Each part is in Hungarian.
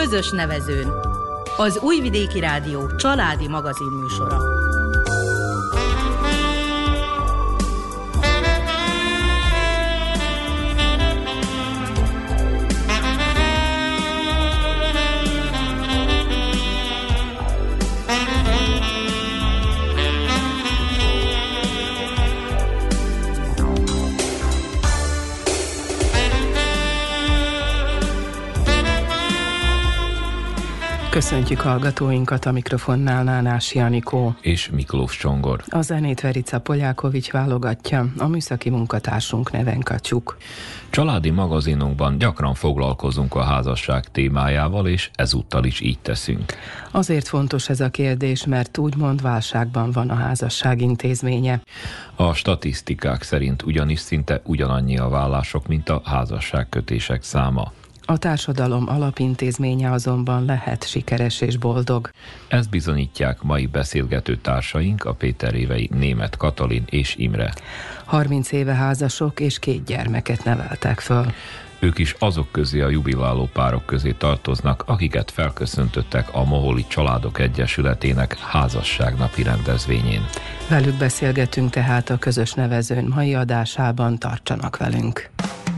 Közös nevezőn. Az Újvidéki Rádió családi magazinműsora. Köszöntjük hallgatóinkat, a mikrofonnál Nánási Anikó és Miklós Csongor. A zenét Verica Poljákovics válogatja, a műszaki munkatársunk Nevenka Csuk. Családi magazinunkban gyakran foglalkozunk a házasság témájával, és ezúttal is így teszünk. Azért fontos ez a kérdés, mert úgymond válságban van a házasság intézménye. A statisztikák szerint ugyanis szinte ugyanannyi a vállások, mint a házasságkötések száma. A társadalom alapintézménye azonban lehet sikeres és boldog. Ezt bizonyítják mai beszélgető társaink, a Péterévei Németh Katalin és Imre. 30 éve házasok és 2 gyermeket neveltek föl. Ők is azok közé, a jubiláló párok közé tartoznak, akiket felköszöntöttek a Moholi Családok Egyesületének házasságnapi rendezvényén. Velük beszélgetünk tehát a Közös nevezőn mai adásában, tartsanak velünk!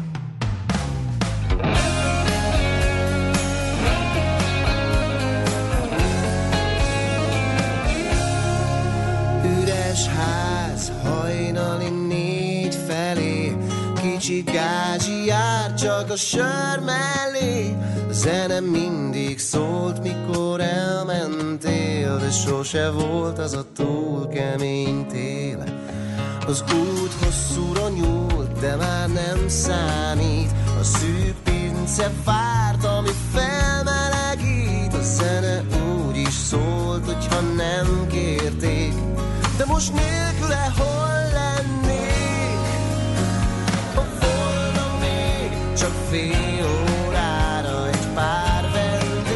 Kicsi gázsi jár csak a sör mellé. A zene mindig szólt, mikor elmentél, de sose volt az a túl kemény tél. Az út hosszúra nyúlt, de már nem számít. A szűk pince várt, ami felmelegít. A zene úgy is szólt, hogyha nem kérték, de most nélküle hol lennék? Csak fél órára egy pár vendég.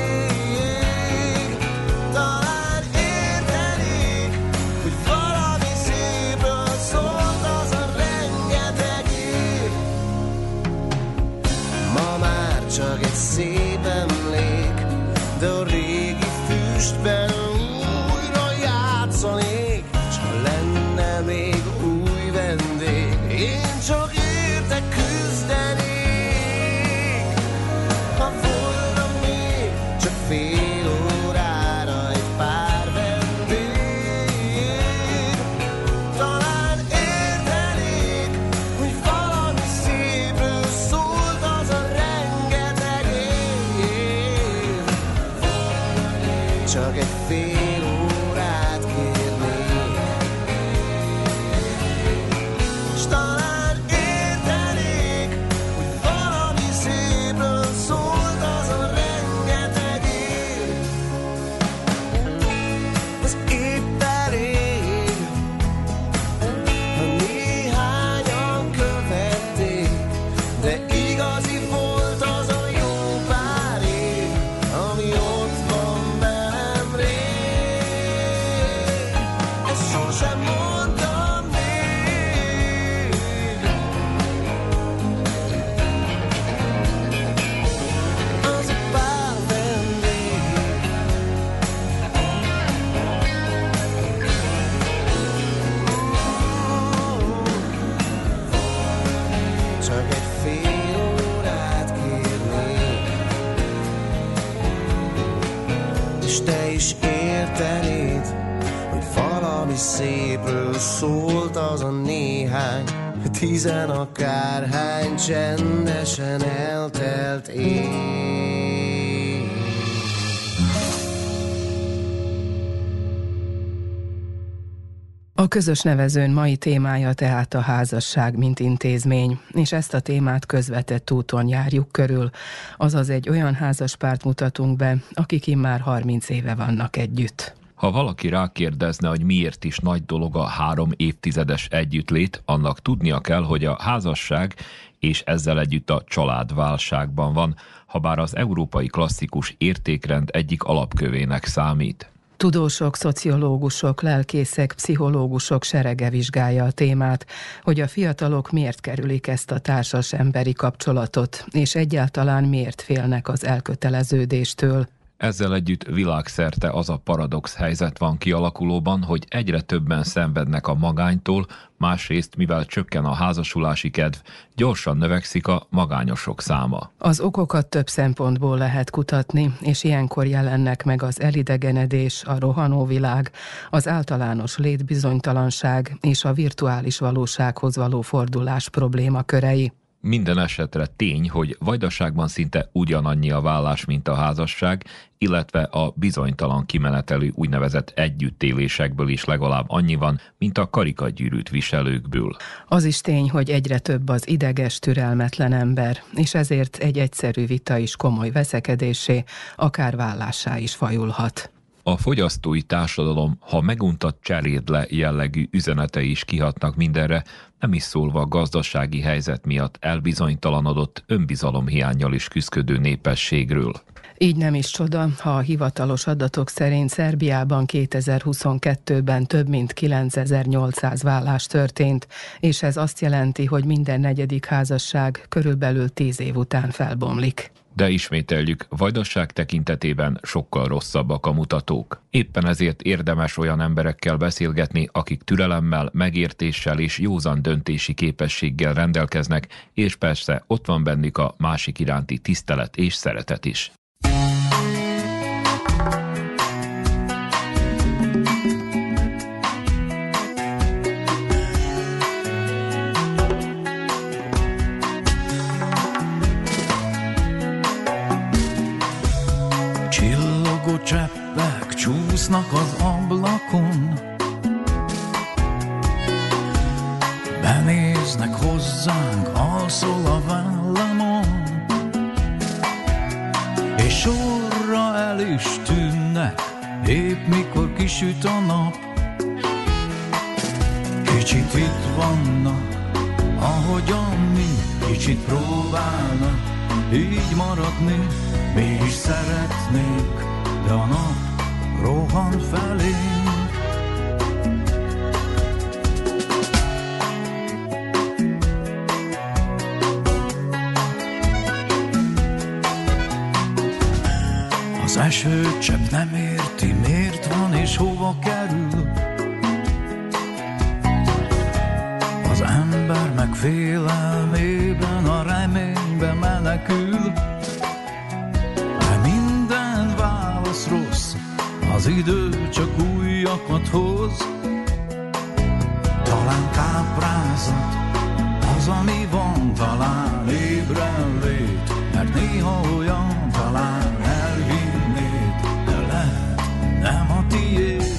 Talán értenék, hogy valami szépről szólt az a rengeteg év. Ma már csak egy szép emlék, de a régi füstben újra játszanék. S ha lenne még új vendég, én csak érte küzdeni. Fél órára egy pár vendég. Talán értenék, hogy valami szépről szólt az a rengeteg év. Csak egy fél órát kérnék, s talán értenék, hogy valami szépről szólt az a rengeteg év. Az épp elég, ha néhányan követték, de igazi volt az a jó pár év, ami ott van velem rég. Ezt sosem mondtam még. Az a pár vendég, csak egy fél órát kérnék, és te is értenéd, hogy valami szépről szólt az a néhány, 10 akárhány csendesen eltelt év. A Közös nevezőn mai témája tehát a házasság, mint intézmény, és ezt a témát közvetett úton járjuk körül, azaz egy olyan házaspárt mutatunk be, akik immár 30 éve vannak együtt. Ha valaki rákérdezne, hogy miért is nagy dolog a 3 évtizedes együttlét, annak tudnia kell, hogy a házasság és ezzel együtt a család válságban van, habár az európai klasszikus értékrend egyik alapkövének számít. Tudósok, szociológusok, lelkészek, pszichológusok serege vizsgálja a témát, hogy a fiatalok miért kerülik ezt a társas emberi kapcsolatot, és egyáltalán miért félnek az elköteleződéstől. Ezzel együtt világszerte az a paradox helyzet van kialakulóban, hogy egyre többen szenvednek a magánytól, másrészt, mivel csökken a házasulási kedv, gyorsan növekszik a magányosok száma. Az okokat több szempontból lehet kutatni, és ilyenkor jelennek meg az elidegenedés, a rohanó világ, az általános létbizonytalanság és a virtuális valósághoz való fordulás problémakörei. Minden esetre tény, hogy Vajdaságban szinte ugyanannyi a vállás, mint a házasság, illetve a bizonytalan kimenetelű úgynevezett együttélésekből is legalább annyi van, mint a karikagyűrűt viselőkből. Az is tény, hogy egyre több az ideges, türelmetlen ember, és ezért egy egyszerű vita is komoly veszekedésé, akár vállássá is fajulhat. A fogyasztói társadalom, ha meguntat cserédle jellegű üzenetei is kihatnak mindenre, nem is szólva a gazdasági helyzet miatt elbizonytalanodott, önbizalomhiánnyal is küszködő népességről. Így nem is csoda, ha a hivatalos adatok szerint Szerbiában 2022-ben több mint 9800 vállás történt, és ez azt jelenti, hogy minden negyedik házasság körülbelül 10 év után felbomlik. De ismételjük, Vajdaság tekintetében sokkal rosszabbak a mutatók. Éppen ezért érdemes olyan emberekkel beszélgetni, akik türelemmel, megértéssel és józan döntési képességgel rendelkeznek, és persze ott van bennük a másik iránti tisztelet és szeretet is. Cseppek csúsznak az ablakon, benéznek hozzánk, alszol a vállamon, és sorra el is tűnnek, épp mikor kisüt a nap. Kicsit itt vannak, ahogyan mi, kicsit próbálnak így maradni, mi is szeretnék, de a nap rohan felénk. Az esőcsepp nem érti, miért van és hova kerül. Az ember meg félelmében a reménybe menekül. Rossz, az idő csak újakat hoz. Talán káprázat az, ami van, talán ébrenlét, mert néha olyan, talán elhinnéd, de lehet nem a tiéd.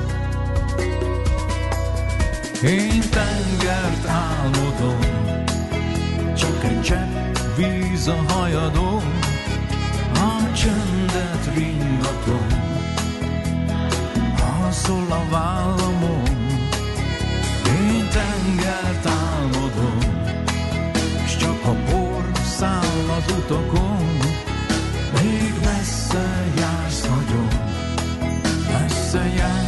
Én tengert álmodom, csak egy csepp víz a hajadon, a csendet ringatom, alszol a vállamon. Én tengert álmodom, s csak a por száll az utakon, még messze jársz nagyon, messze jársz.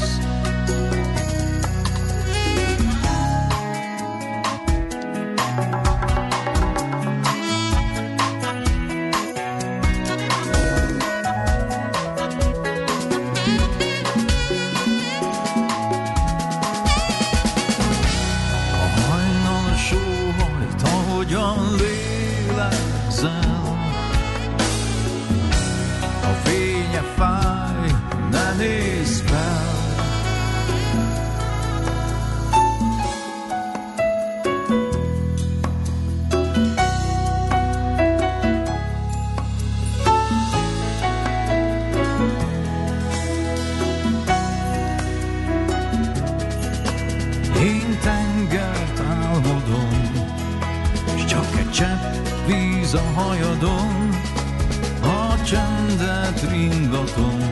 Én tengert álmodom, s csak egy csepp víz a hajadon, a csendet ringatom,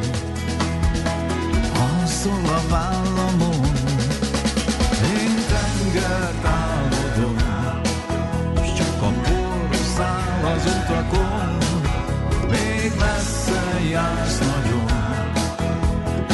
alszol a vállamon. Én tengert álmodom, s csak a por száll az utakon, még messze jársz nagyon,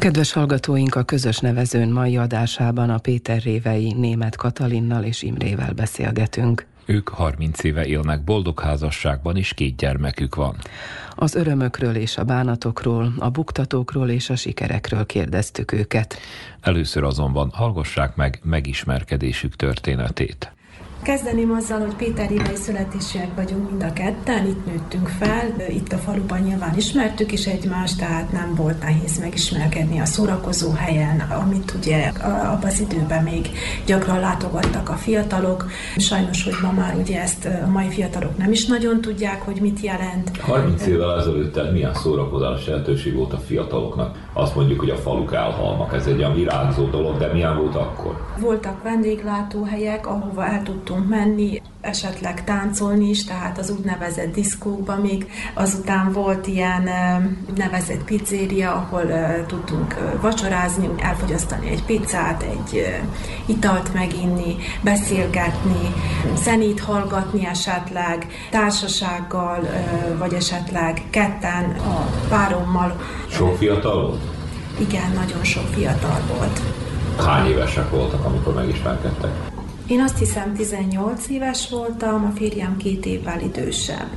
Kedves hallgatóink, a közös nevezőn mai adásában a Péter Révei Németh Katalinnal és Imrével beszélgetünk. Ők 30 éve élnek boldog házasságban, és 2 gyermekük van. Az örömökről és a bánatokról, a buktatókról és a sikerekről kérdeztük őket. Először azonban hallgassák meg megismerkedésük történetét. Kezdeném azzal, hogy Péter Révei születésűek vagyunk mind a ketten, itt nőttünk fel, itt a faluban nyilván ismertük is egymást, tehát nem volt nehéz megismerkedni a szórakozó helyen, amit ugye abban az időben még gyakran látogattak a fiatalok. Sajnos, hogy ma már ugye ezt a mai fiatalok nem is nagyon tudják, hogy mit jelent. 30 évvel ezelőtt milyen szórakozási lehetőség volt a fiataloknak? Azt mondjuk, hogy a faluk elhalmak, ez egy olyan virágzó dolog, de milyen volt akkor? Voltak vendéglátóhelyek, ahova el tudtunk menni, esetleg táncolni is, tehát az úgynevezett diszkókban még. Azután volt ilyen úgynevezett pizzéria, ahol tudtunk vacsorázni, elfogyasztani egy pizzát, egy italt meginni, beszélgetni, zenét hallgatni esetleg, társasággal, vagy esetleg ketten a párommal. Sok fiatal volt? Igen, nagyon sok fiatal volt. Hány évesek voltak, amikor megismerkedtek? Én azt hiszem 18 éves voltam, a férjem 2 évvel idősebb.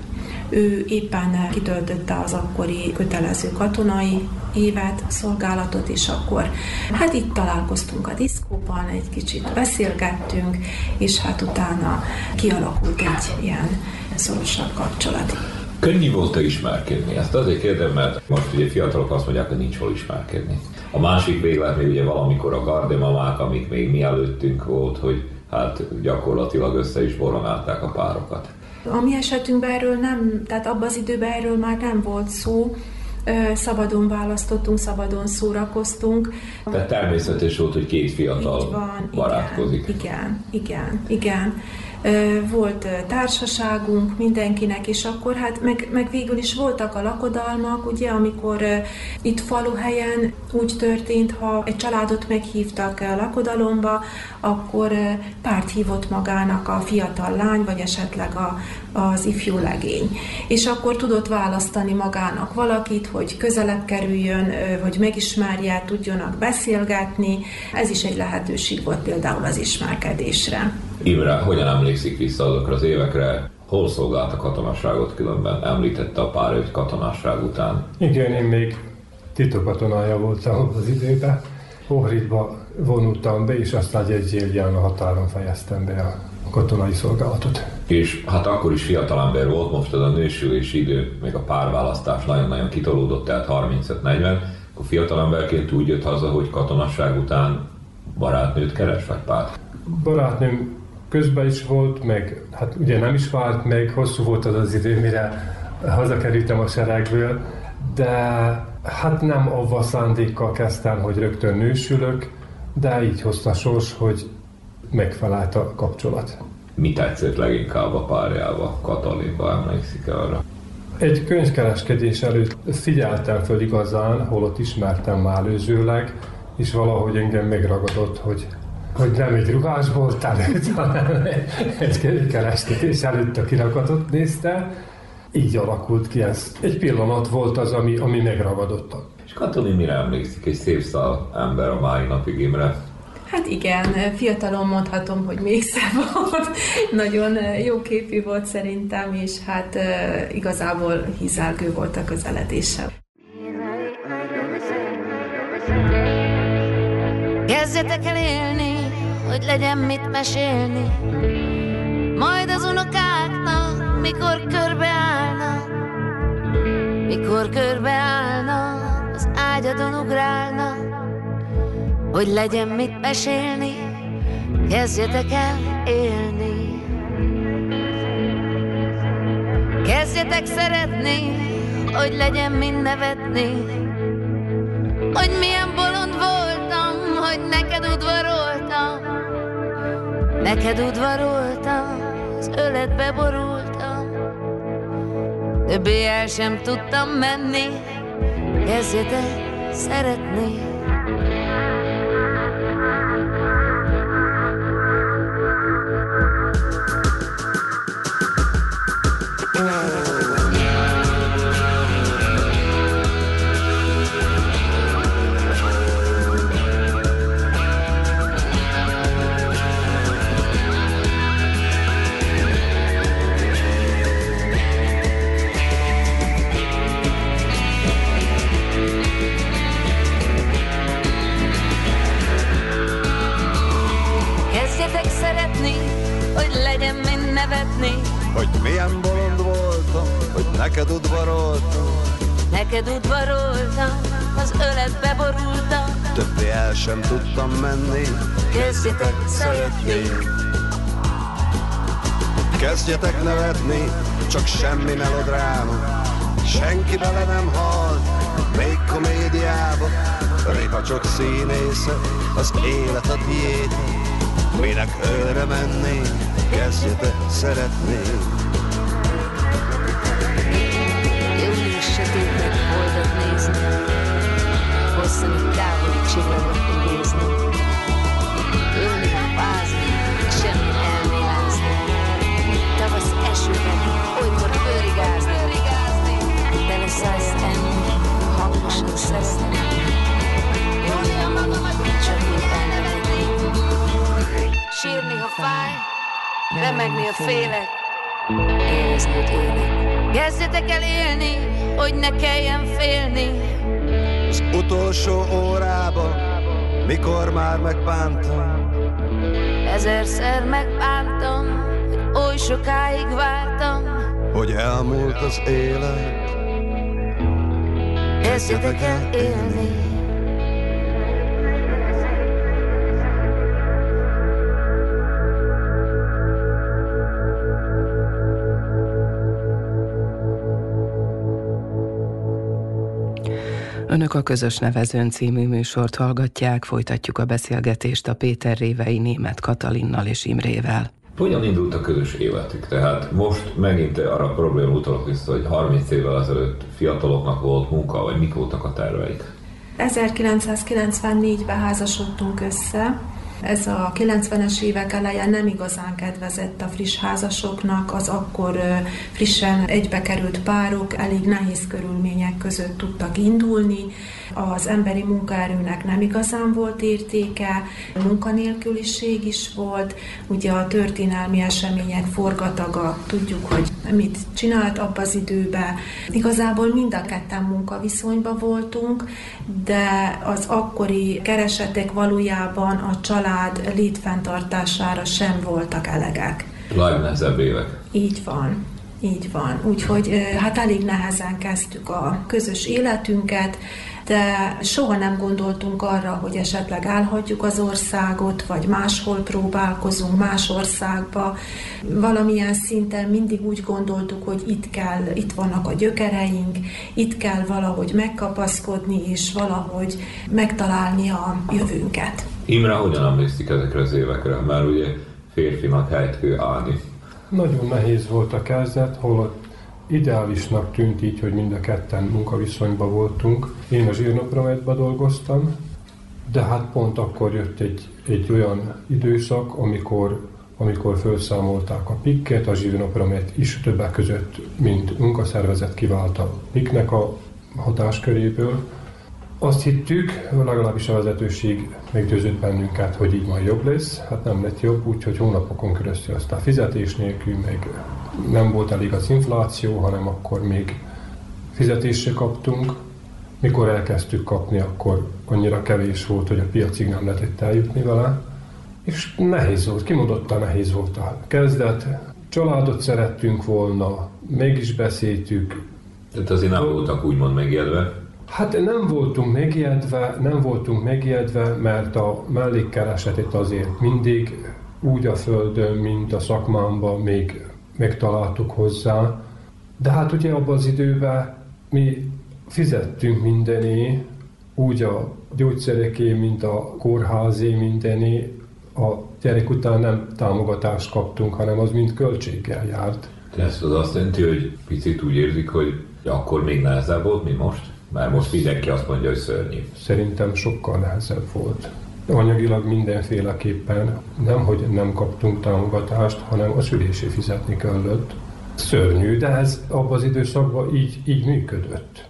Ő éppen kitöltötte az akkori kötelező katonai évet, szolgálatot, és akkor hát itt találkoztunk a diszkóban, egy kicsit beszélgettünk, és hát utána kialakult egy ilyen szorosabb kapcsolat. Könnyű volt-e ismerkedni? Ezt azért kérdem, mert most ugye fiatalok azt mondják, hogy nincs hol ismerkedni. A másik véglet még ugye valamikor a gardemamák, amik még mi előttünk volt, hogy hát gyakorlatilag össze is boronálták a párokat. A mi esetünkben erről nem, tehát abban az időben erről már nem volt szó, szabadon választottunk, szabadon szórakoztunk. Tehát természetes volt, hogy 2 fiatal barátkozik. Igen. Volt társaságunk mindenkinek, és akkor hát meg végül is voltak a lakodalmak, ugye, amikor itt faluhelyen úgy történt, ha egy családot meghívtak lakodalomba, akkor párt hívott magának a fiatal lány, vagy esetleg az ifjú legény. És akkor tudott választani magának valakit, hogy közelebb kerüljön, hogy megismerje, tudjonak beszélgetni. Ez is egy lehetőség volt például az ismerkedésre. Imre, hogyan emlékszik vissza azokra az évekre? Hol szolgált a katonasságot, különben említette a pár év katonasság után? Igen, én még titokatonája voltam az időben. Ohridba vonultam be, és aztán egy évján a határon fejeztem be a katonai szolgálatot. És hát akkor is fiatalember volt, most az a nősülési idő, még a párválasztás nagyon-nagyon kitolódott, tehát 35-40, akkor fiatalemberként úgy jött haza, hogy katonasság után barátnőt keres, vagy párt? Barátnőm közben is volt, meg hát ugye nem is várt meg, hosszú volt az idő, mire hazakerültem a seregből, de hát nem avval szándékkal kezdtem, hogy rögtön nősülök, de így hozta sors, hogy megfelelt a kapcsolat. Mi tetszett leginkább a párjába, Katalinba, emlékszik arra? Egy könyvkereskedés előtt figyeltem föl igazán, holott ismertem már előzőleg, és valahogy engem megragadott, hogy nem egy ruhásbolt előtt, hanem egy könyvkereskedés előtt a kirakatot nézte. Így alakult ki ez. Egy pillanat volt az, ami megragadott. És Katalin mire emlékszik? Egy szép szál ember a mai napig, Imre? Hát igen, fiatalon mondhatom, hogy még szebb volt. Nagyon jó képű volt szerintem, és hát igazából hízelgő volt a közeledése. Kezdjetek el élni, hogy legyen mit mesélni, majd az unokáknak, mikor körbeállnak, az ágyadon ugrálnak, hogy legyen mit mesélni, kezdjetek el élni. Kezdjetek szeretni, hogy legyen mind nevetni, hogy milyen bolond voltam, hogy neked udvaroltam, az öletbe borultam, többé el sem tudtam menni, kezdjetek szeretni. Kezdjetek szeretni, hogy legyen mind nevetni. Hogy milyen bolond voltam, hogy neked udvaroltam. Neked udvaroltam, az öletbe borultam. Többé el sem tudtam menni. Kezdjetek szeretni. Kezdjetek nevetni, csak semmi melodráma. Senki bele nem halt, még komédiába. Ripacsok színésze, az élet a diéta. Minek őre menni, kezdjetek szeretni. Július sötétnek boldog nézni, hosszan itt távoli csillagokon nézni. Ülni, vázni, semmi elmélázni. Tavasz esőben, olykor fölrigázni. Beleszállsz enni, hangosan szeretni. Jólni a magamat, csak úgy elnevetni. Sírni, ha fáj, remegni, ha félek. Érezni, hogy élek. Kezdjetek el élni, hogy ne kelljen félni. Az utolsó órába, mikor már megbántam. Ezerszer megbántam, hogy oly sokáig vártam. Hogy elmúlt az élet. Kezdjetek el élni. Önök a Közös Nevezőn című műsort hallgatják, folytatjuk a beszélgetést a Péter Révei Németh Katalinnal és Imrével. Hogyan indult a közös életük? Tehát most megint arra a probléma utalok vissza, hogy 30 évvel ezelőtt fiataloknak volt munka, vagy mik voltak a terveik? 1994-ben házasodtunk össze. Ez a 90-es évek elején nem igazán kedvezett a friss házasoknak, az akkor frissen egybekerült párok elég nehéz körülmények között tudtak indulni. Az emberi munkaerőnek nem igazán volt értéke, munkanélküliség is volt, ugye a történelmi események forgataga, tudjuk, hogy mit csinált abban az időben. Igazából mind a ketten munkaviszonyban voltunk, de az akkori keresetek valójában a család létfenntartására sem voltak elegek. Legnehezebb évek. Így van. Így van. Úgyhogy hát elég nehezen kezdtük a közös életünket, de soha nem gondoltunk arra, hogy esetleg elhagyjuk az országot, vagy máshol próbálkozunk, más országba. Valamilyen szinten mindig úgy gondoltuk, hogy itt vannak a gyökereink, itt kell valahogy megkapaszkodni, és valahogy megtalálni a jövőnket. Imre, hogyan emlékszik ezekre az évekre? Már ugye férfinak helyt kell állni. Nagyon nehéz volt a kezdet, holott ideálisnak tűnt így, hogy mind a ketten munkaviszonyban voltunk. Én a zsírnaprametben dolgoztam, de hát pont akkor jött egy olyan időszak, amikor felszámolták a PIK-et, a zsírnapramet is többek között, mint munkaszervezet kivált a PIK-nek a hatásköréből. Azt hittük, legalábbis a vezetőség meggyőzött bennünket, hogy így majd jobb lesz. Hát nem lett jobb, úgyhogy hónapokon keresztül aztán fizetés nélkül, meg nem volt elég az infláció, hanem akkor még fizetésre kaptunk. Mikor elkezdtük kapni, akkor annyira kevés volt, hogy a piacig nem lehetett eljutni vele. És nehéz volt, kimondottan nehéz volt a kezdet. Családot szerettünk volna, mégis beszéltük. Tehát azért nem voltak úgymond megijedve? Hát nem voltunk megijedve, mert a mellékkeresetet azért mindig úgy a földön, mint a szakmámban még megtaláltuk hozzá. De hát ugye abban az időben mi fizettünk mindené, úgy a gyógyszereké, mint a kórházé mindené. A gyerek után nem támogatást kaptunk, hanem az mind költséggel járt. De ez az azt jelenti, hogy picit úgy érzik, hogy akkor még nehezebb volt, mint most? Már most mindenki azt mondja, hogy szörnyű. Szerintem sokkal nehezebb volt. Anyagilag mindenféleképpen nem, hogy nem kaptunk támogatást, hanem a szülésé fizetni kellett. Szörnyű, de ez abban az időszakban így működött.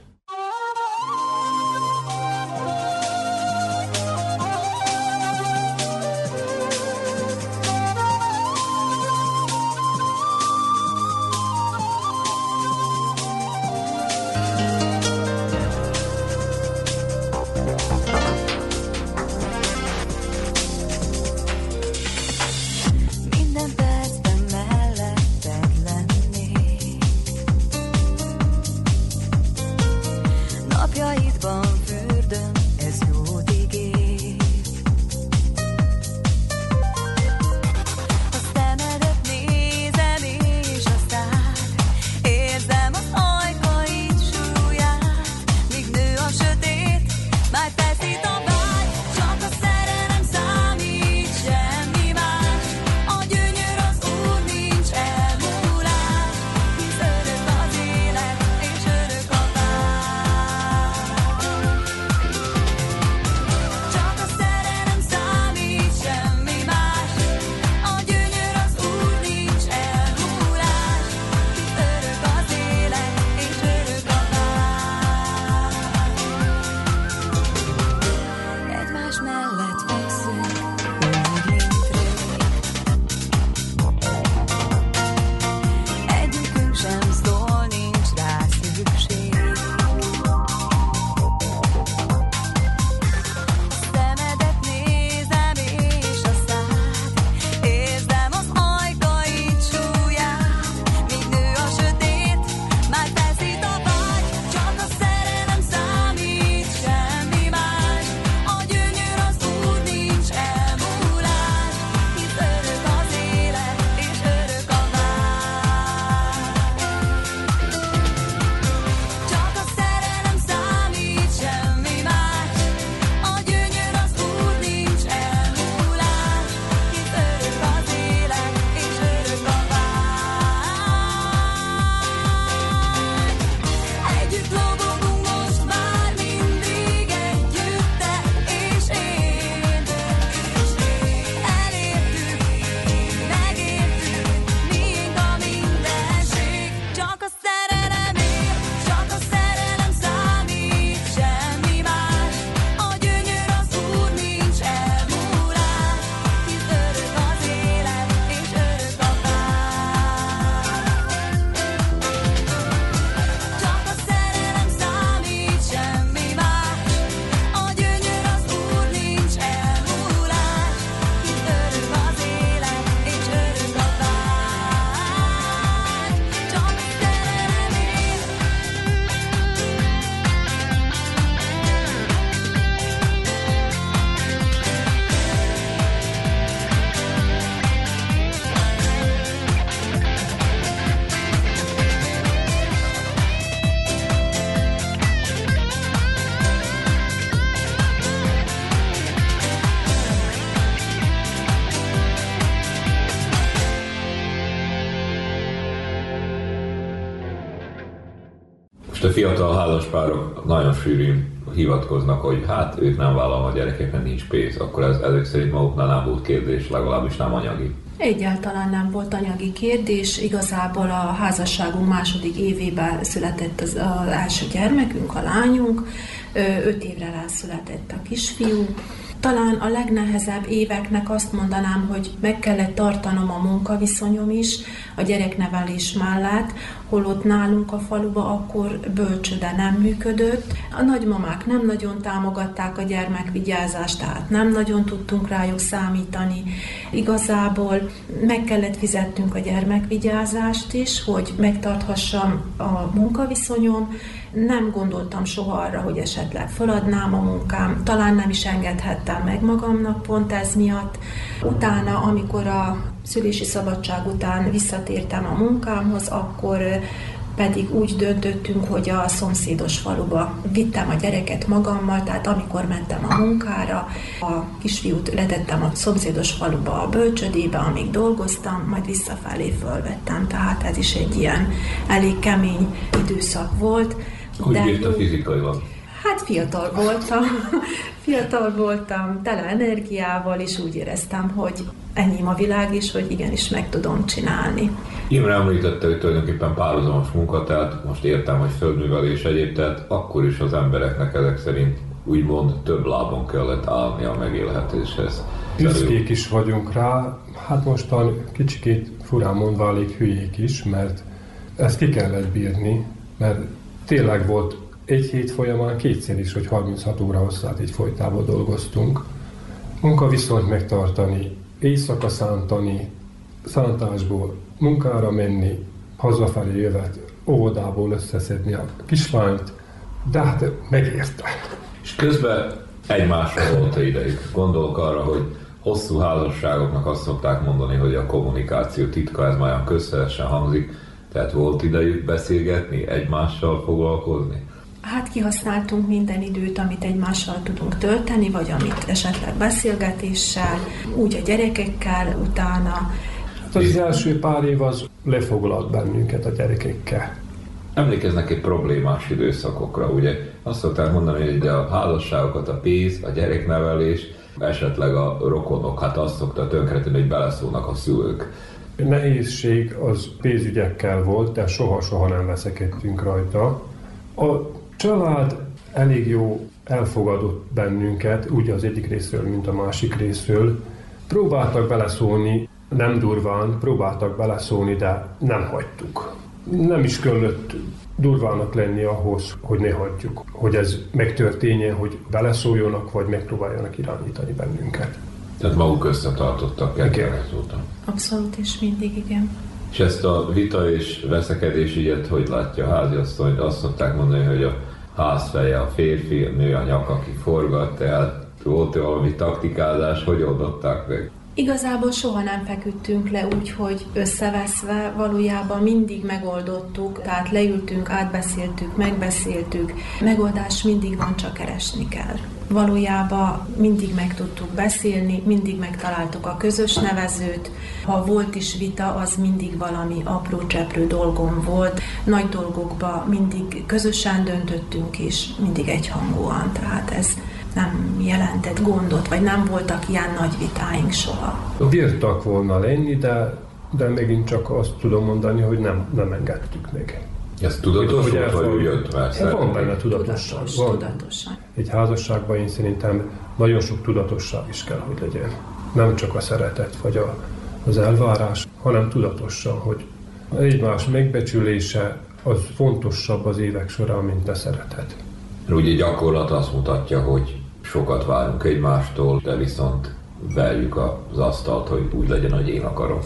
Most a fiatal házaspárok nagyon sűrűn hivatkoznak, hogy hát ők nem vállalnak gyerekek, mert nincs pénz. Akkor ezek szerint maguknál nem volt kérdés, legalábbis nem anyagi. Egyáltalán nem volt anyagi kérdés. Igazából a házasságunk második évében született az első gyermekünk, a lányunk. 5 évre rá született a kisfiú. Talán a legnehezebb éveknek azt mondanám, hogy meg kellett tartanom a munkaviszonyom is a gyereknevelés mellett, holott nálunk a faluba akkor bölcsőde nem működött. A nagymamák nem nagyon támogatták a gyermekvigyázást, tehát nem nagyon tudtunk rájuk számítani. Igazából meg kellett fizetnünk a gyermekvigyázást is, hogy megtarthassam a munkaviszonyom. Nem gondoltam soha arra, hogy esetleg feladnám a munkám, talán nem is engedhettem meg magamnak pont ez miatt. Utána, amikor a szülési szabadság után visszatértem a munkámhoz, akkor pedig úgy döntöttünk, hogy a szomszédos faluba vittem a gyereket magammal, tehát amikor mentem a munkára, a kisfiút letettem a szomszédos faluba a bölcsödébe, amíg dolgoztam, majd visszafelé fölvettem, tehát ez is egy ilyen elég kemény időszak volt. Hogy bírta fizikailag? Hát fiatal voltam, tele energiával, és úgy éreztem, hogy enyém a világ is, hogy igenis meg tudom csinálni. Imre említette, hogy tulajdonképpen párhuzamos munka, tehát most értem, hogy földművelés egyéb, tehát akkor is az embereknek ezek szerint úgymond több lábon kellett állni a megélhetéshez. Büszkék is vagyunk rá, hát mostan kicsikét furán mondva elég hülyék is, mert ezt ki kellett bírni, mert tényleg volt egy hét folyamán kétszer is, hogy 36 óra hosszát egy folytában dolgoztunk. Munkaviszonyt megtartani, éjszaka szántani, szántásból munkára menni, hazafelé jövet, óvodából összeszedni a kislányt, de hát megérte. És közben egymásra volt ideig. Gondolok arra, hogy hosszú házasságoknak azt szokták mondani, hogy a kommunikáció titka, ez már olyan közszeresen hangzik, tehát volt idejük beszélgetni, egymással foglalkozni? Hát kihasználtunk minden időt, amit egymással tudunk tölteni, vagy amit esetleg beszélgetéssel, úgy a gyerekekkel, utána. Hát az első pár év az lefoglalt bennünket a gyerekekkel. Emlékeznek egy problémás időszakokra, ugye? Azt szokták mondani, hogy a házasságokat, a pénz, a gyereknevelés, esetleg a rokonok, hát azt szokta tönkretenni, hogy beleszólnak a szülők. A nehézség az pénzügyekkel volt, de soha nem veszekedtünk rajta. A család elég jó elfogadott bennünket, úgy az egyik részről, mint a másik részről. Próbáltak beleszólni, nem durván, próbáltak beleszólni, de nem hagytuk. Nem is kellett durvának lenni ahhoz, hogy ne hagyjuk, hogy ez megtörténjen, hogy beleszóljonak, vagy megpróbáljanak irányítani bennünket. Tehát maguk összetartottak el óta. Abszolút, és mindig igen. És ezt a vita és veszekedés ügyet, hogy látja a háziasszony, azt szokták mondani, hogy a házfeje a férfi, a nő a nyak, aki forgat, tehát volt-e valami taktikázás, hogy oldották meg? Igazából soha nem feküdtünk le úgy, hogy összeveszve, valójában mindig megoldottuk, tehát leültünk, átbeszéltük, megbeszéltük, megoldás mindig van, csak keresni kell. Valójában mindig meg tudtuk beszélni, mindig megtaláltuk a közös nevezőt. Ha volt is vita, az mindig valami apró cseprő dolgon volt. Nagy dolgokban mindig közösen döntöttünk, és mindig egyhangúan, tehát ez nem jelentett gondot, vagy nem voltak ilyen nagy vitáink soha. Bírtak volna lenni, de megint csak azt tudom mondani, hogy nem engedtük meg. Ez tudatos volt, hogy jött már? Van benne tudatosság. Tudatosan. Egy házasságban én szerintem nagyon sok tudatosság is kell, hogy legyen. Nem csak a szeretet vagy az elvárás, hanem tudatosan, hogy egymás megbecsülése az fontosabb az évek során, mint a szeretet. Ugye gyakorlat azt mutatja, hogy sokat várunk egymástól, de viszont veljük az asztalt, hogy úgy legyen, hogy én akarom.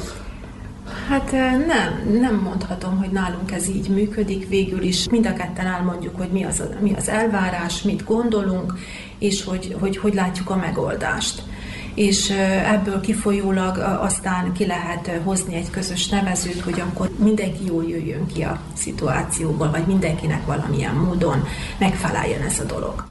Hát nem mondhatom, hogy nálunk ez így működik, végül is mind a ketten elmondjuk, hogy mi az elvárás, mit gondolunk, és hogy látjuk a megoldást. És ebből kifolyólag aztán ki lehet hozni egy közös nevezőt, hogy akkor mindenki jól jöjjön ki a szituációból, vagy mindenkinek valamilyen módon megfeleljen ez a dolog.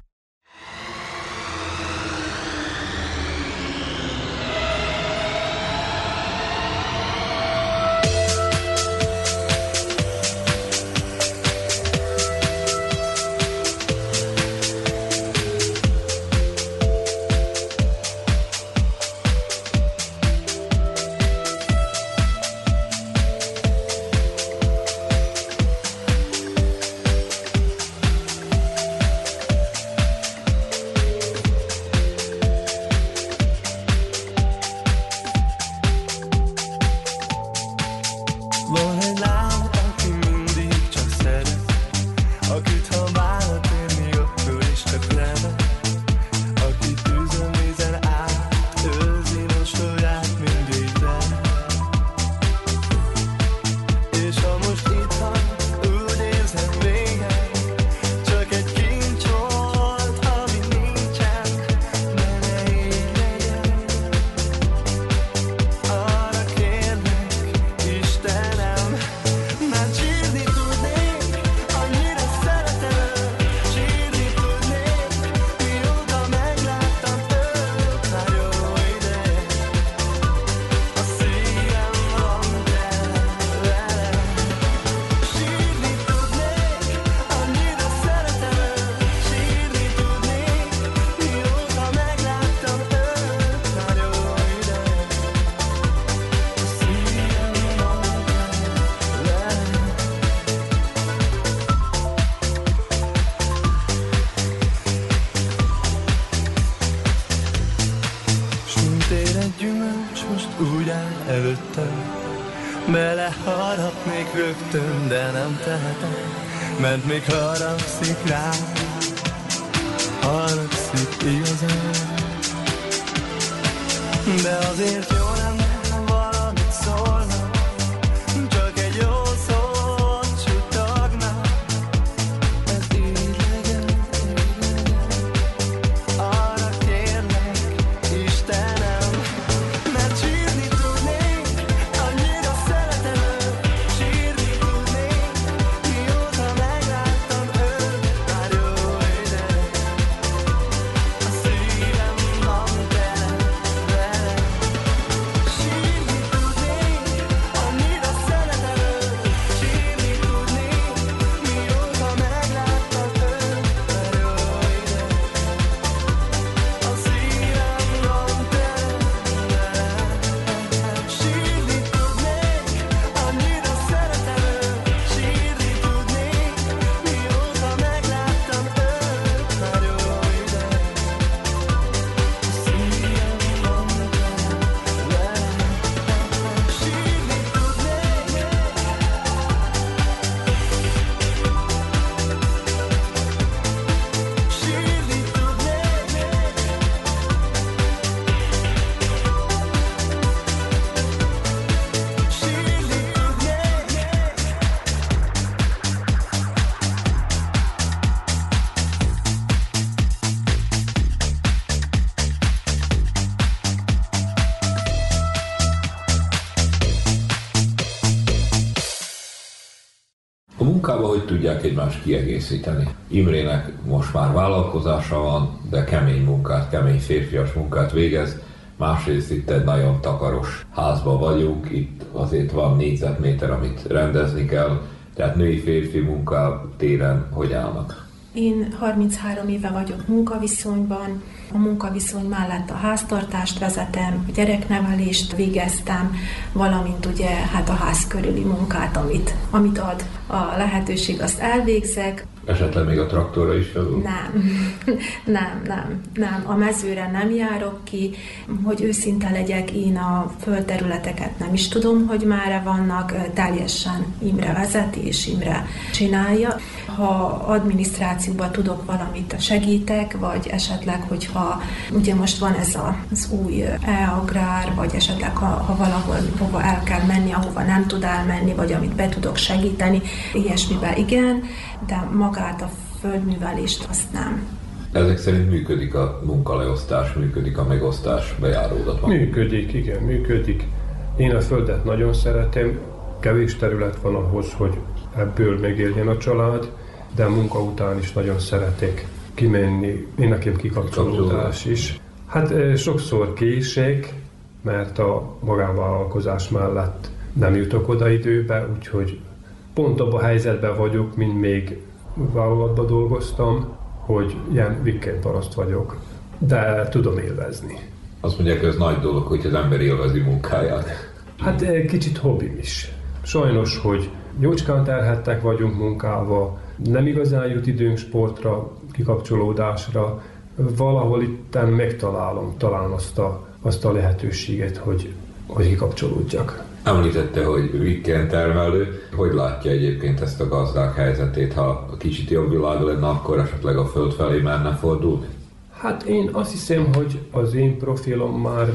előttem. Beleharapnék rögtön, de nem tehetem, mert még haragszik rá, haragszik igazán. De azért jó lenne valamit szólna, csak egy jó szót csutogna. Ez így legyen, arra kérlek, Istenem, mert sírni tudnék, annyira szeretem őt. Sírni tudnék, mióta megláttam őt. Már jó ideje, a szívem van tele vele. Sírni tudnék, annyira szeretem őt. Sírni tudnék, mióta megláttam őt. Már jó ideje, a szívem van tele vele. Sírni tudnék, annyira szeretem őt. Sírni tudnék, mióta megláttam őt. Már jó ideje, a szívem van tele vele. Sírni tudnék, sírni A munkában hogy tudják egymást kiegészíteni? Imrének most már vállalkozása van, de kemény munkát, kemény férfias munkát végez. Másrészt itt egy nagyon takaros házban vagyunk, itt azért van négyzetméter, amit rendezni kell, tehát női-férfi munkatéren hogy állnak? Én 33 éve vagyok munkaviszonyban, a munkaviszony mellett a háztartást vezetem, a gyereknevelést végeztem, valamint ugye hát a ház körüli munkát, amit ad a lehetőség, azt elvégzek. Esetleg még a traktorra is felül? Nem. A mezőre nem járok ki, hogy őszinte legyek, én a földterületeket nem is tudom, hogy merre vannak, teljesen Imre vezeti és Imre csinálja. Ha adminisztrációban tudok valamit, segítek, vagy esetleg, hogyha ugye most van ez az új e-agrár, vagy esetleg ha valahol hova el kell menni, ahova nem tud elmenni, vagy amit be tudok segíteni, ilyesmiben igen, de magát a földművelést azt nem. Ezek szerint működik a munkaleosztás, működik a megosztás, bejáródatban? Működik, igen, működik. Én a földet nagyon szeretem, kevés terület van ahhoz, hogy ebből megéljen a család, de a munka után is nagyon szeretek kimenni, én nekem kikapcsolódás is. Hát sokszor kések, mert a magánvállalkozás mellett nem jutok oda időbe, úgyhogy pont abban a helyzetben vagyok, mint még vállalatban dolgoztam, hogy ilyen weekendparaszt vagyok, de tudom élvezni. Azt mondják, hogy ez nagy dolog, hogy az ember élvezi munkáját. Hát kicsit hobbim is. Sajnos, hogy jócskán terhettek vagyunk munkával, nem igazán jut időnk sportra, kikapcsolódásra. Valahol itten megtalálom talán azt a lehetőséget, hogy kikapcsolódjak. Említette, hogy weekend termelő. Hogy látja egyébként ezt a gazdák helyzetét? Ha kicsit jobb világ lenne, akkor esetleg a föld felé merne fordulni? Hát én azt hiszem, hogy az én profilom már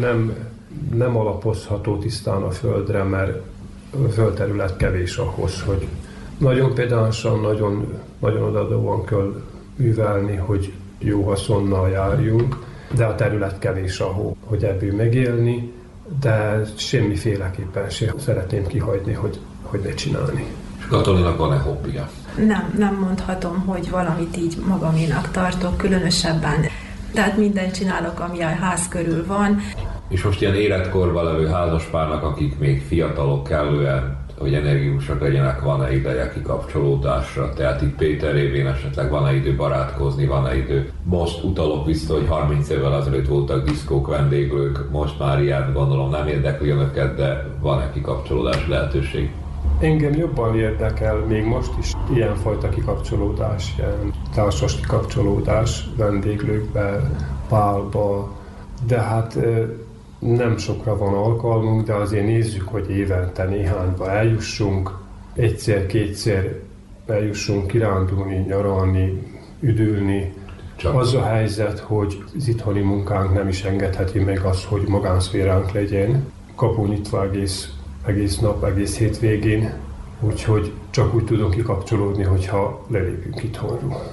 nem alapozható tisztán a földre, mert a földterület kevés ahhoz, hogy nagyon pedánsan, nagyon odaadóan kell művelni, hogy jó haszonnal járjunk, de a terület kevés ahhoz, hogy ebből megélni, de semmiféleképpen sem szeretném kihagyni, hogy ne csinálni. És Katalinak van-e hobbija? Nem mondhatom, hogy valamit így magaménak tartok, különösebben. Tehát mindent csinálok, ami a ház körül van. És most ilyen életkorban levő házaspárnak, akik még fiatalok kellően, hogy energikusak legyenek, van-e ideje kikapcsolódásra? Tehát itt Péter révén esetleg van-e idő barátkozni, van-e idő? Most utalok vissza, hogy 30 évvel ezelőtt voltak diszkók, vendéglők, most már ilyen gondolom nem érdekli önöket, de van-e kikapcsolódás lehetőség? Engem jobban érdekel még most is ilyenfajta kikapcsolódás, ilyen társas kikapcsolódás vendéglőkbe, pálba, de hát nem sokra van alkalmunk, de azért nézzük, hogy évente néhányba eljussunk, egyszer-kétszer eljussunk kirándulni, nyaralni, üdülni. Csak az a helyzet, hogy az itthoni munkánk nem is engedheti meg azt, hogy magánszféránk legyen. Kapu nyitva egész nap, egész hétvégén, úgyhogy csak úgy tudunk kikapcsolódni, hogyha lelépünk itthonról.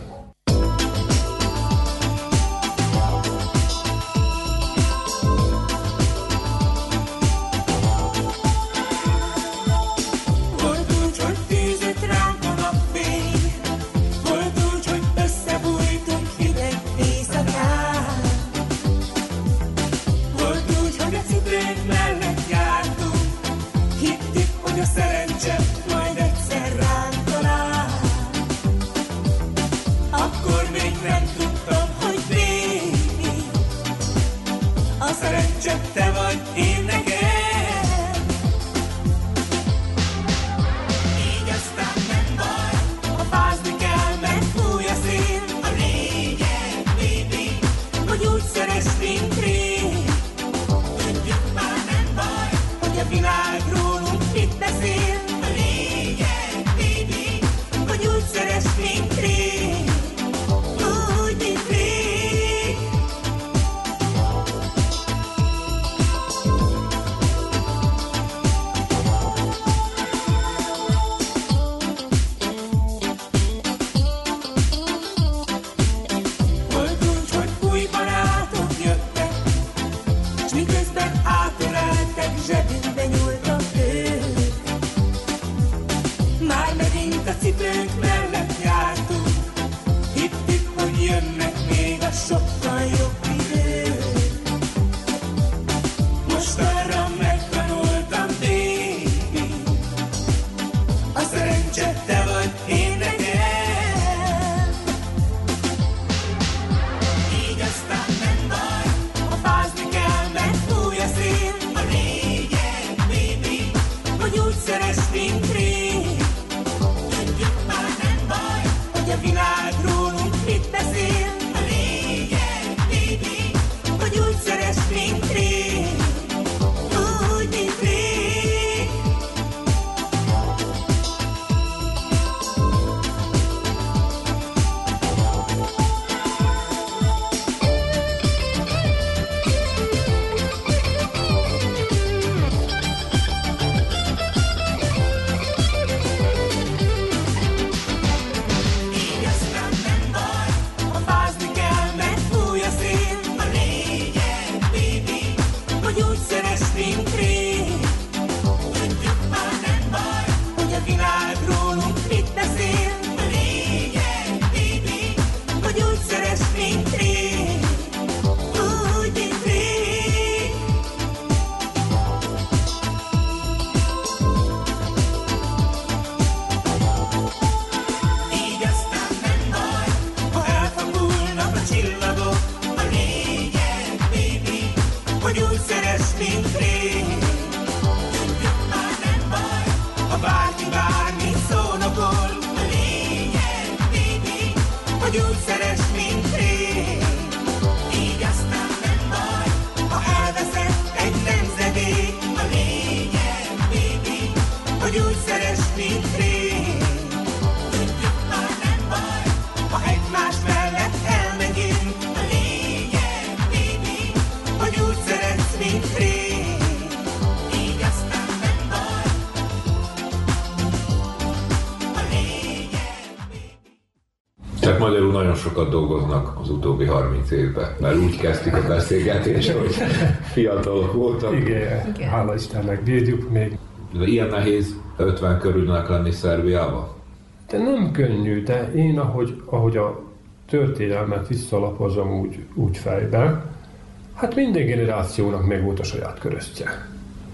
Tehát magyarul nagyon sokat dolgoznak az utóbbi 30 évben, mert úgy kezdtük a beszélgetést, hogy fiatalok voltak. Igen, hála Istennek bírjuk még. De ilyen nehéz 50 körülnek lenni Szerbiában? De nem könnyű, de én ahogy a történelmet visszalapozom úgy fejben, hát minden generációnak meg volt a saját köröztje.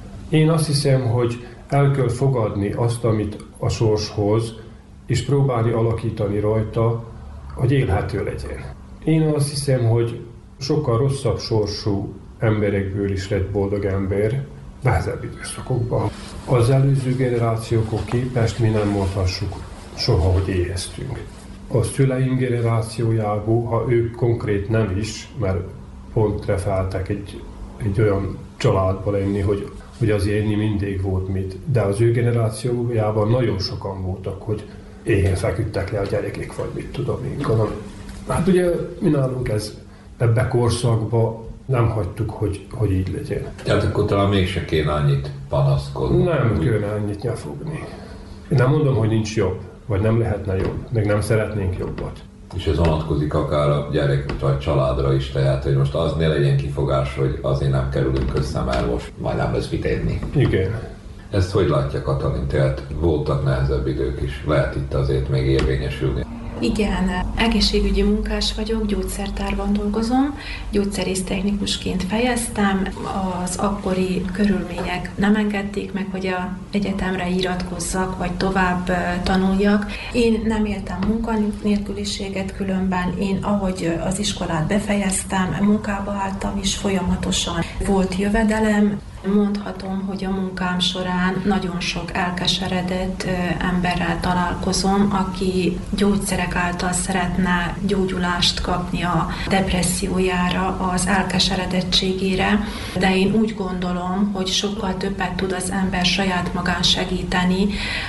Én azt hiszem, hogy el kell fogadni azt, amit a sorshoz, és próbálni alakítani rajta, hogy élhető legyen. Én azt hiszem, hogy sokkal rosszabb sorsú emberekből is lett boldog ember nehezebb időszakokban. Az előző generációkhoz képest mi nem mondhassuk soha, hogy éheztünk. A szüleim generációjából, ha ők konkrét nem is, mert pont refáltak egy egy olyan családba lenni, hogy azért enni mindig volt mit. De az ő generációjában nagyon sokan voltak, hogy éhen feküdtek le a gyerekek, vagy mit tudom én. Hát ugye mi nálunk ebbe korszakba nem hagytuk, hogy így legyen. Tehát akkor talán mégse kéne annyit panaszkodni. Nem kéne annyit nyafogni. Én nem mondom, hogy nincs jobb, vagy nem lehetne jobb, meg nem szeretnénk jobbat. És ez vonatkozik akár a gyerek vagy családra is, tehát hogy most az ne legyen kifogás, hogy azért nem kerülünk össze, mert most majd nem lesz mit enni. Igen. Ezt hogy látja Katalin? Tehát voltak nehezebb idők is, lehet itt azért még érvényesülni. Igen, egészségügyi munkás vagyok, gyógyszertárban dolgozom, gyógyszerésztechnikusként fejeztem, az akkori körülmények nem engedték meg, hogy az egyetemre iratkozzak, vagy tovább tanuljak. Én nem éltem munkanélküliséget különben, én ahogy az iskolát befejeztem, munkába álltam is folyamatosan. Volt jövedelem, mondhatom, hogy a munkám során nagyon sok elkeseredett emberrel találkozom, aki gyógyszerek által szeretne gyógyulást kapni a depressziójára, az elkeseredettségére, de én úgy gondolom, hogy sokkal többet tud az ember saját magán segíteni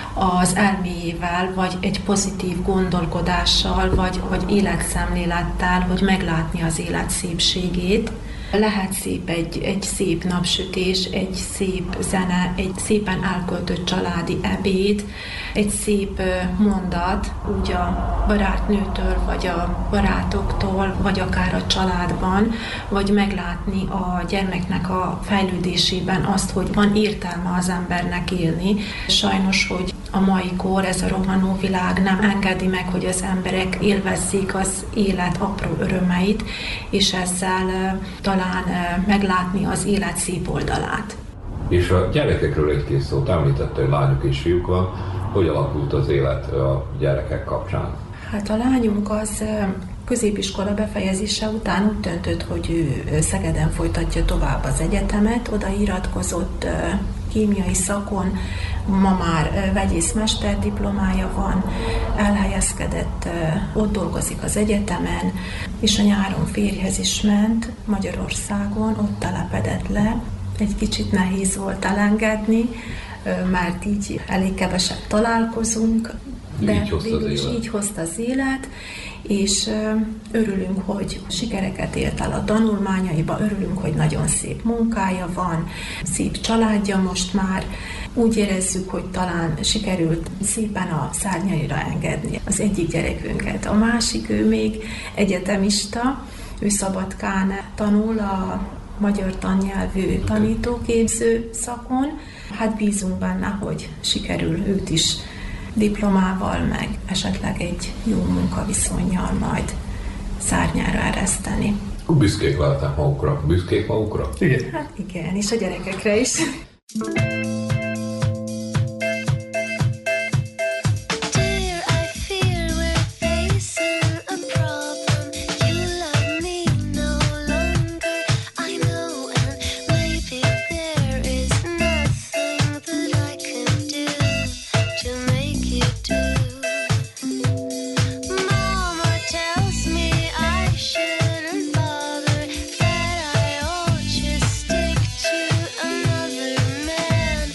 az elméjével, vagy egy pozitív gondolkodással, vagy életszemlélettel, hogy meglátni az élet szépségét. Lehet szép egy szép napsütés, egy szép zene, egy szépen elköltött családi ebéd, egy szép mondat, úgy a barátnőtől, vagy a barátoktól, vagy akár a családban, vagy meglátni a gyermeknek a fejlődésében azt, hogy van értelme az embernek élni. Sajnos, hogy a mai kor, ez a rohanó világ nem engedi meg, hogy az emberek élvezzék az élet apró örömeit, és ezzel talán meglátni az élet szép oldalát. És a gyerekekről egy-két szót említette, hogy lányok és fiúk van. Hogy alakult az élet a gyerekek kapcsán? Hát a lányunk az középiskola befejezése után úgy döntött, hogy ő Szegeden folytatja tovább az egyetemet, oda iratkozott kémiai szakon, ma már vegyészmester diplomája van, elhelyezkedett, ott dolgozik az egyetemen, és a nyáron férjhez is ment Magyarországon, ott telepedett le. Egy kicsit nehéz volt elengedni, mert így elég keveset találkozunk, de végül is így hozta az élet, és örülünk, hogy sikereket ért el a tanulmányaiba, örülünk, hogy nagyon szép munkája van, szép családja most már. Úgy érezzük, hogy talán sikerült szépen a szárnyaira engedni az egyik gyerekünket. A másik, ő még egyetemista, ő Szabadkán tanul a magyar tannyelvű tanítóképző szakon. Hát bízunk benne, hogy sikerül őt is diplomával, meg esetleg egy jó munkaviszonnyal majd szárnyára ereszteni. Büszkék lehetnek magukra. Büszkék magukra? Igen. Hát igen, és a gyerekekre is. Man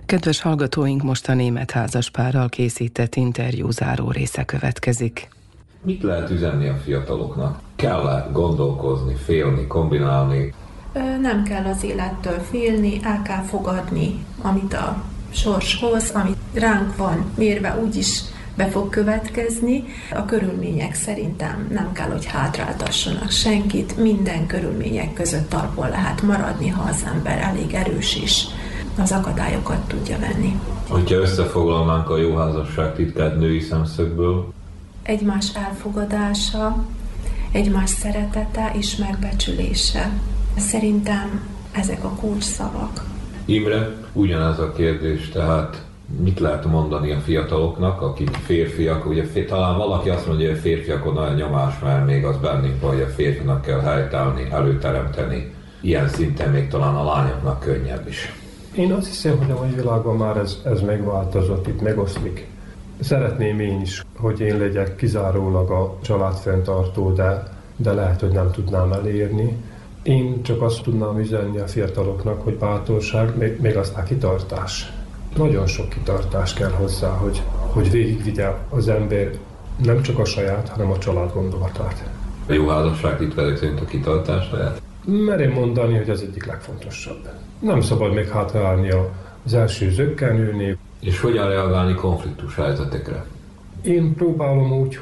Kedves hallgatóink, most a német házaspárral készített interjú záró része következik. Mit lehet üzenni a fiataloknak? Kell-e gondolkozni, félni, kombinálni? Nem kell az élettől félni, el kell fogadni, amit a sors hoz, amit ránk van mérve, úgyis be fog következni. A körülmények szerintem nem kell, hogy hátráltassanak senkit, minden körülmények között talpon lehet maradni, ha az ember elég erős is az akadályokat tudja venni. Hogyha összefoglalnánk a jó házasság titkát női szemszögből? Egymás elfogadása, egymás szeretete és megbecsülése. Szerintem ezek a kulcsszavak. Imre, ugyanez a kérdés, tehát mit lehet mondani a fiataloknak, akik férfiak? Ugye talán valaki azt mondja, hogy a férfiakon olyan nyomás, mert még az bennünk van, hogy a férfinak kell helytállni, előteremteni. Ilyen szinten még talán a lányoknak könnyebb is. Én azt hiszem, hogy a mai világban már ez megváltozott, itt megoszlik. Szeretném én is, hogy én legyek kizárólag a családfenntartó, de lehet, hogy nem tudnám elérni. Én csak azt tudnám üzenni a fiataloknak, hogy bátorság, még aztán kitartás. Nagyon sok kitartás kell hozzá, hogy végigvigye az ember nem csak a saját, hanem a család gondolatát. A jó házasság titka szerint a kitartás lehet? Merem mondani, hogy az egyik legfontosabb. Nem szabad még hátraállni az első zökkenőnél. És hogyan reagálni konfliktus helyzetekre? Én próbálom úgy,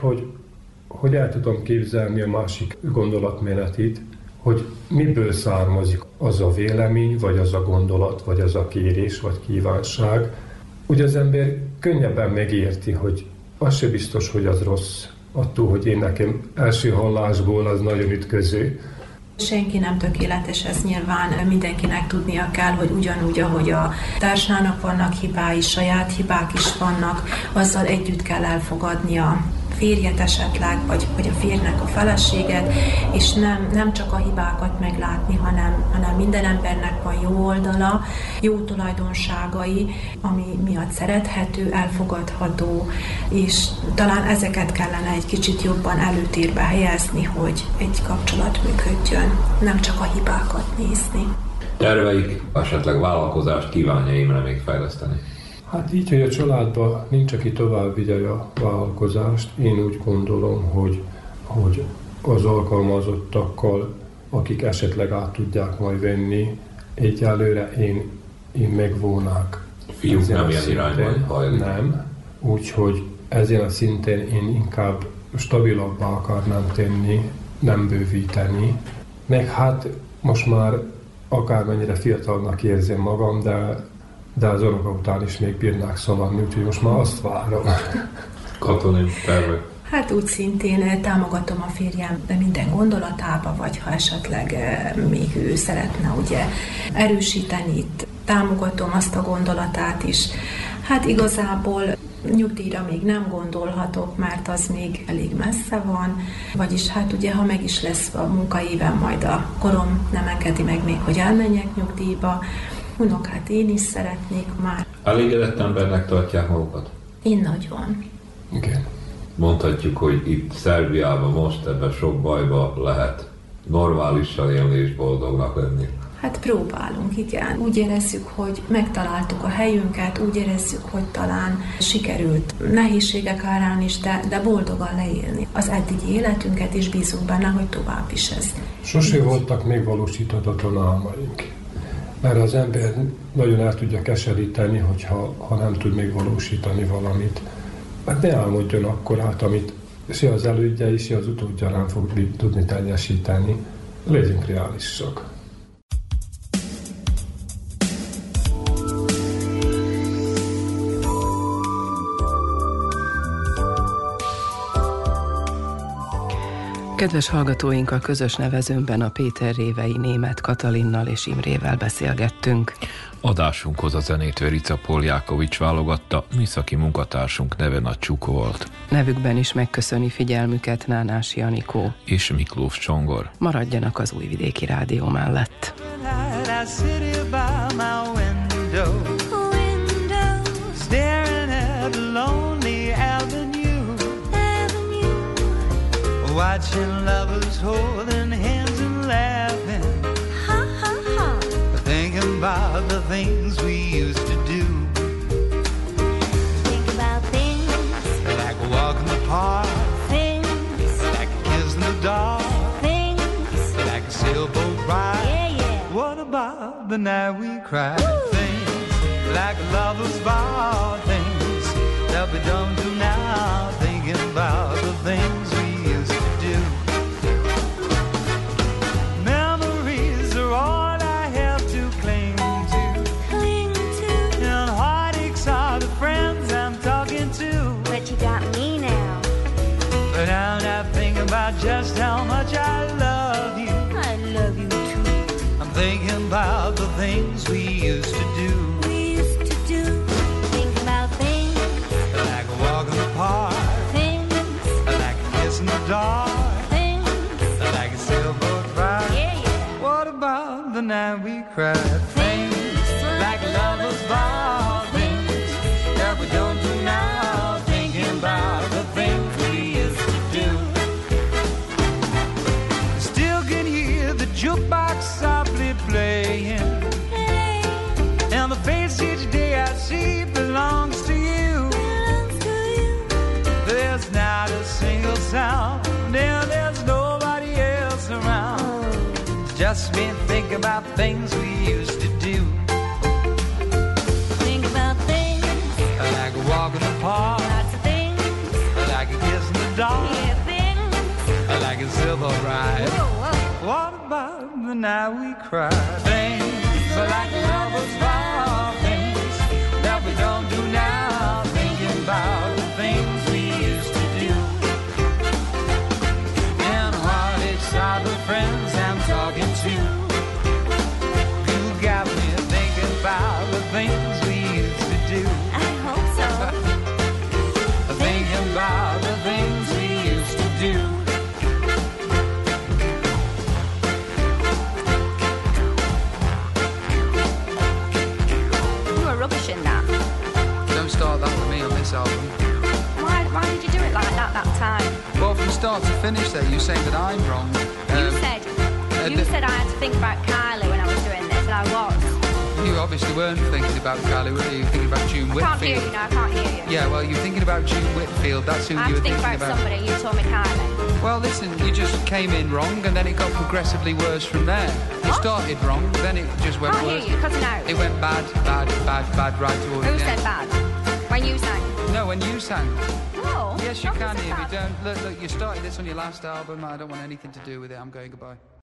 hogy el tudom képzelni a másik gondolatmenetét, hogy miből származik az a vélemény, vagy az a gondolat, vagy az a kérés, vagy kívánság. Ugye az ember könnyebben megérti, hogy az se biztos, hogy az rossz, attól, hogy én nekem első hallásból az nagyon ütköző. Senki nem tökéletes, ez nyilván mindenkinek tudnia kell, hogy ugyanúgy, ahogy a társának vannak hibái, saját hibák is vannak, azzal együtt kell elfogadnia férjet esetleg, vagy a férnek a feleséget, és nem csak a hibákat meglátni, hanem minden embernek van jó oldala, jó tulajdonságai, ami miatt szerethető, elfogadható, és talán ezeket kellene egy kicsit jobban előtérbe helyezni, hogy egy kapcsolat működjön, nem csak a hibákat nézni. Terveik, esetleg vállalkozást kívánja Imre még fejleszteni? Hát így, hogy a családban nincs, aki tovább vigye a vállalkozást, én úgy gondolom, hogy az alkalmazottakkal, akik esetleg át tudják majd venni, egyelőre én megvónák. Fiúk nem ilyen irányban hajlik? Nem, úgyhogy ezen a szinten én inkább stabilabbá akarnám tenni, nem bővíteni. Meg hát most már akármennyire fiatalnak érzem magam, de az unoka után is még bírnák szaladni, úgyhogy most már azt várom. Katalin, tervek? Hát úgy szintén támogatom a férjem minden gondolatába, vagy ha esetleg még ő szeretne ugye erősíteni, itt támogatom azt a gondolatát is. Hát igazából nyugdíjra még nem gondolhatok, mert az még elég messze van, vagyis hát ugye, ha meg is lesz a munkaéven, majd a korom nem engedi meg még, hogy elmenjek nyugdíjba. Unokát én is szeretnék már. Elégedett embernek tartják magukat? Én nagyon. Igen. Mondhatjuk, hogy itt Szerbiában most ebben sok bajba lehet normálisan élni és boldognak lenni. Hát próbálunk, igen. Úgy érezzük, hogy megtaláltuk a helyünket, úgy érezzük, hogy talán sikerült nehézségek árán is, de boldogan leélni az eddigi életünket, és bízunk benne, hogy tovább is ez. Sosem voltak megvalósíthatatlan álmaink. Mert az ember nagyon el tudja keseríteni, ha nem tud megvalósítani valamit. Hát ne álmodjon akkor át, amit se az elődje is, se az utódja nem fog tudni teljesíteni. Legyünk reálisak. Kedves hallgatóink, a közös nevezőmben a Péter Révei Németh Katalinnal és Imrével beszélgettünk. Adásunkhoz a zenét Verica Poljákovics válogatta, műszaki munkatársunk neve Nagy Csukó volt. Nevükben is megköszöni figyelmüket Nánási Anikó és Miklós Csongor. Maradjanak az Újvidéki Rádió mellett. Watching lovers holding hands and laughing, ha ha ha, thinking about the things we used to do. about the night we cried? Things like lovers vow, things that we don't do now. Thinking about the things we used to do. Memories are all I have to cling to. Cling to. And heartaches are the friends I'm talking to. But you got me now. But I'm not thinking about just how much I love you. I love you too. I'm thinking about the things we used to do. We used to do. Think about things like a walk in the park. Things like a kiss in the dark. Things like a sailboat ride. Yeah, yeah. What about the night we cried? Things like lovers vow. Things that we don't do now. Thinking about the things we used to do. I still can hear the jukebox softly playing. And the face each day I see belongs to you. There's not a single sound, and there's nobody else around. It's just me thinking about things we used to do. Think about things like a walk in the park. Lots of things like a kiss in the dark. Yeah, things like a silver ride. Whoa, whoa. What about the night we cried? Things like lovers vow. Things that we don't do now. Thinking about the things we used to do. And heartaches are the friends I'm talking to. You got me thinking about the things we used to do. I hope so. Thinking about the things we used to do. Rubbish in that. Don't start that with me on this album. Why did you do it like that time? Well, from start to finish there, you're saying that I'm wrong. You said I had to think about Kylie when I was doing this, and I was. You obviously weren't thinking about Kylie, were you? You were thinking about June Whitfield. I can't hear you now, I can't hear you. Yeah, well, you're thinking about June Whitfield, that's who I you were had to thinking think about somebody, you told me Kylie. Well, listen, you just came in wrong, and then it got progressively worse from there. You started wrong, then it just went worse. I can't hear you, cutting out. It went bad, right towards the end. Who said bad? When you sang? No, when you sang. Oh. Yes, you can hear me. Don't look, you started this on your last album. I don't want anything to do with it. I'm going goodbye.